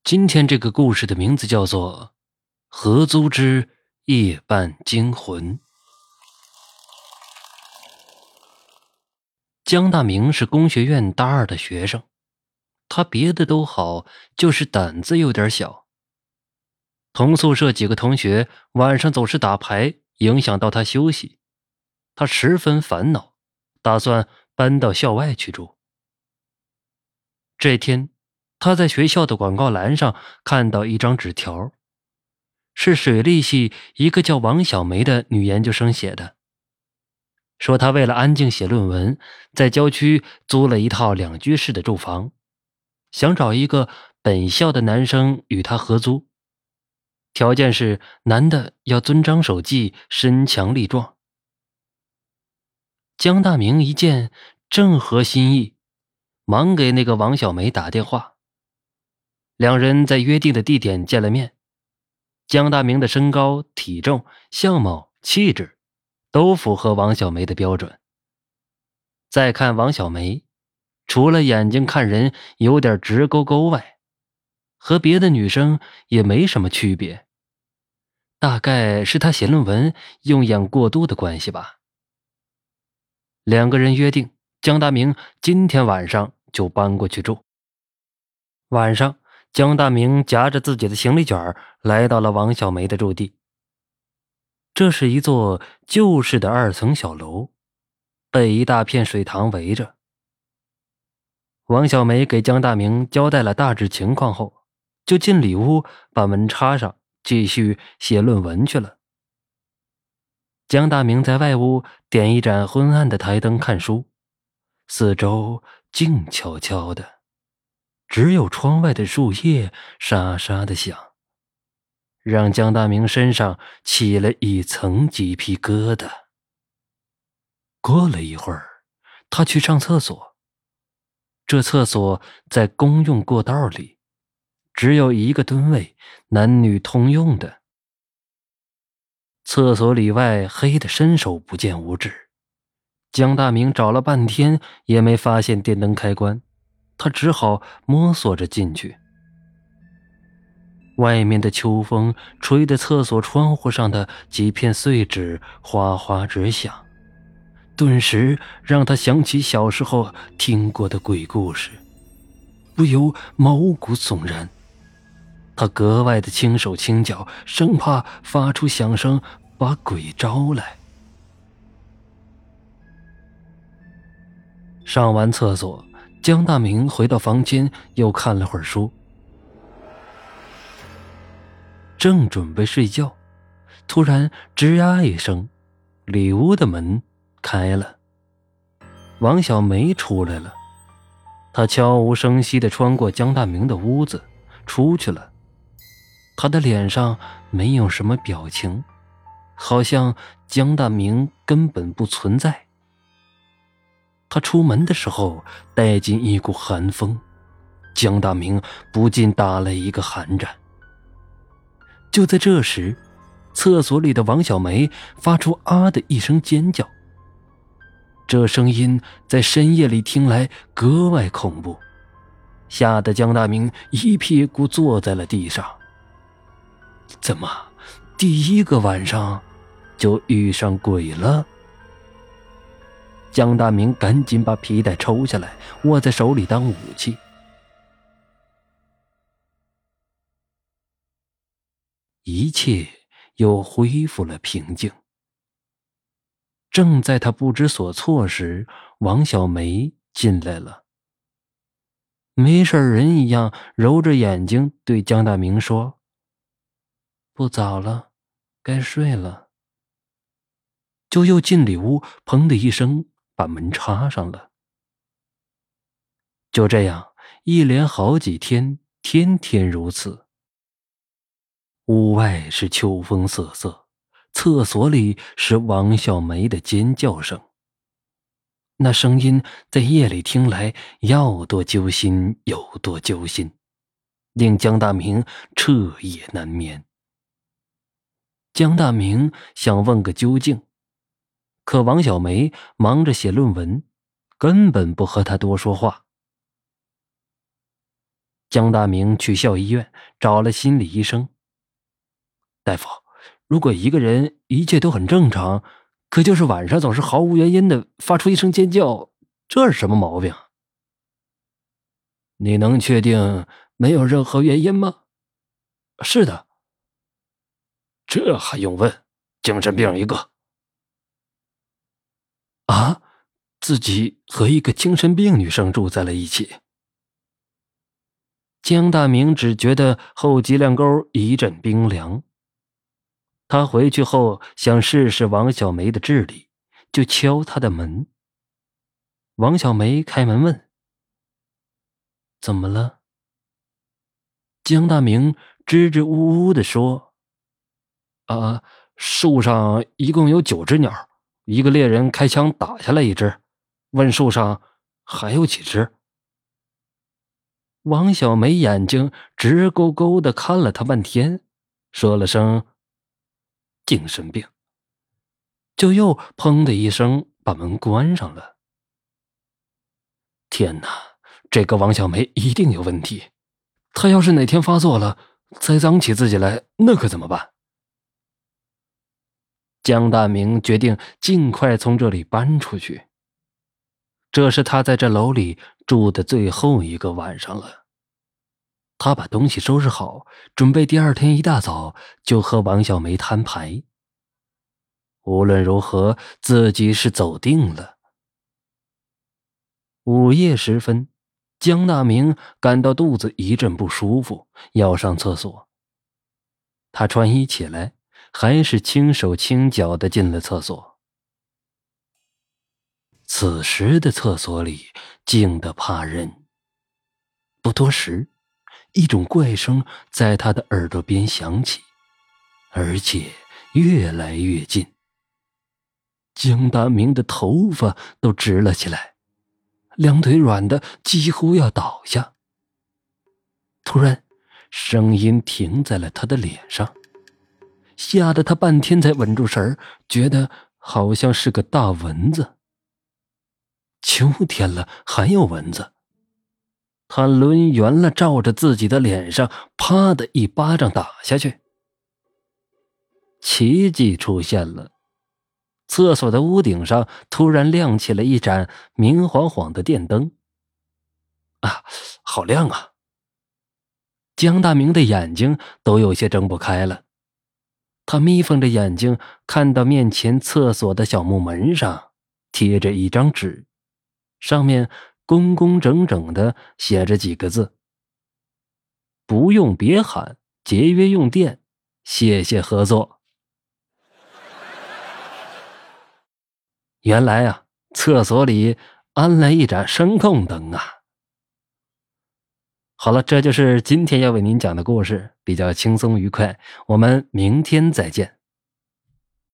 今天这个故事的名字叫做合租之夜半惊魂。江大明是工学院大二的学生，他别的都好，就是胆子有点小。同宿舍几个同学晚上总是打牌，影响到他休息，他十分烦恼，打算搬到校外去住。这天，他在学校的广告栏上看到一张纸条，是水利系一个叫王小梅的女研究生写的，说她为了安静写论文，在郊区租了一套2居室的住房，想找一个本校的男生与她合租，条件是男的要遵章守纪，身强力壮。江大明一见正合心意，忙给那个王小梅打电话。两人在约定的地点见了面。江大明的身高、体重、相貌、气质都符合王小梅的标准。再看王小梅，除了眼睛看人有点直勾勾外，和别的女生也没什么区别。大概是她写论文用眼过度的关系吧。两个人约定，江大明今天晚上就搬过去住。晚上，江大明夹着自己的行李卷来到了王小梅的住地。这是一座旧式的2层小楼，被一大片水塘围着。王小梅给江大明交代了大致情况后，就进里屋把门插上，继续写论文去了。江大明在外屋点一盏昏暗的台灯看书，四周静悄悄的，只有窗外的树叶沙沙的响，让江大明身上起了一层鸡皮疙瘩。过了一会儿，他去上厕所。这厕所在公用过道里，只有一个蹲位，男女通用的。厕所里外黑得伸手不见五指，江大明找了半天也没发现电灯开关，他只好摸索着进去。外面的秋风吹得厕所窗户上的几片碎纸哗哗直响，顿时让他想起小时候听过的鬼故事，不由毛骨悚然。他格外的轻手轻脚，生怕发出响声把鬼招来。上完厕所，江大明回到房间又看了会儿书，正准备睡觉，突然吱呀一声，里屋的门开了，王小梅出来了。她悄无声息地穿过江大明的屋子出去了，她的脸上没有什么表情，好像江大明根本不存在。她出门的时候带进一股寒风，江大明不禁打了一个寒战。就在这时，厕所里的王小梅发出啊的一声尖叫，这声音在深夜里听来格外恐怖，吓得江大明一屁股坐在了地上。怎么第一个晚上就遇上鬼了？江大明赶紧把皮带抽下来，握在手里当武器。一切又恢复了平静。正在他不知所措时，王小梅进来了，没事人一样揉着眼睛对江大明说：“不早了，该睡了。”就又进里屋，砰的一声把门插上了。就这样一连好几天，天天如此。屋外是秋风瑟瑟，厕所里是王小梅的尖叫声。那声音在夜里听来要多揪心有多揪心，令江大明彻夜难眠。江大明想问个究竟，可王小梅忙着写论文，根本不和他多说话。 江大明去校医院找了心理医生。大夫，如果一个人一切都很正常，可就是晚上总是毫无原因的发出一声尖叫，这是什么毛病？你能确定没有任何原因吗？是的。这还用问，精神病一个。啊，自己和一个精神病女生住在了一起。江大明只觉得后脊梁沟一阵冰凉。他回去后想试试王小梅的智力，就敲她的门。王小梅开门问：怎么了？江大明支支吾吾地说：树上一共有9只鸟，一个猎人开枪打下来一只，问树上还有几只。王小梅眼睛直勾勾地看了他半天，说了声精神病，就又砰的一声把门关上了。天哪，这个王小梅一定有问题，她要是哪天发作了，栽赃起自己来，那可怎么办？江大明决定尽快从这里搬出去。这是他在这楼里住的最后一个晚上了。他把东西收拾好，准备第二天一大早就和王小梅摊牌。无论如何，自己是走定了。午夜时分，江大明感到肚子一阵不舒服，要上厕所。他穿衣起来，还是轻手轻脚地进了厕所。此时的厕所里静得怕人。不多时，一种怪声在他的耳朵边响起，而且越来越近。江大明的头发都直了起来，两腿软得几乎要倒下。突然，声音停在了他的脸上，吓得他半天才稳住神儿，觉得好像是个大蚊子。秋天了还有蚊子。他抡圆了照着自己的脸上，啪的一巴掌打下去。奇迹出现了，厕所的屋顶上突然亮起了一盏明晃晃的电灯。啊，好亮啊！江大明的眼睛都有些睁不开了。他眯缝着眼睛，看到面前厕所的小木门上贴着一张纸，上面工工整整地写着几个字：不用别喊，节约用电，谢谢合作。原来啊，厕所里安了一盏声控灯啊。好了，这就是今天要为您讲的故事，比较轻松愉快，我们明天再见。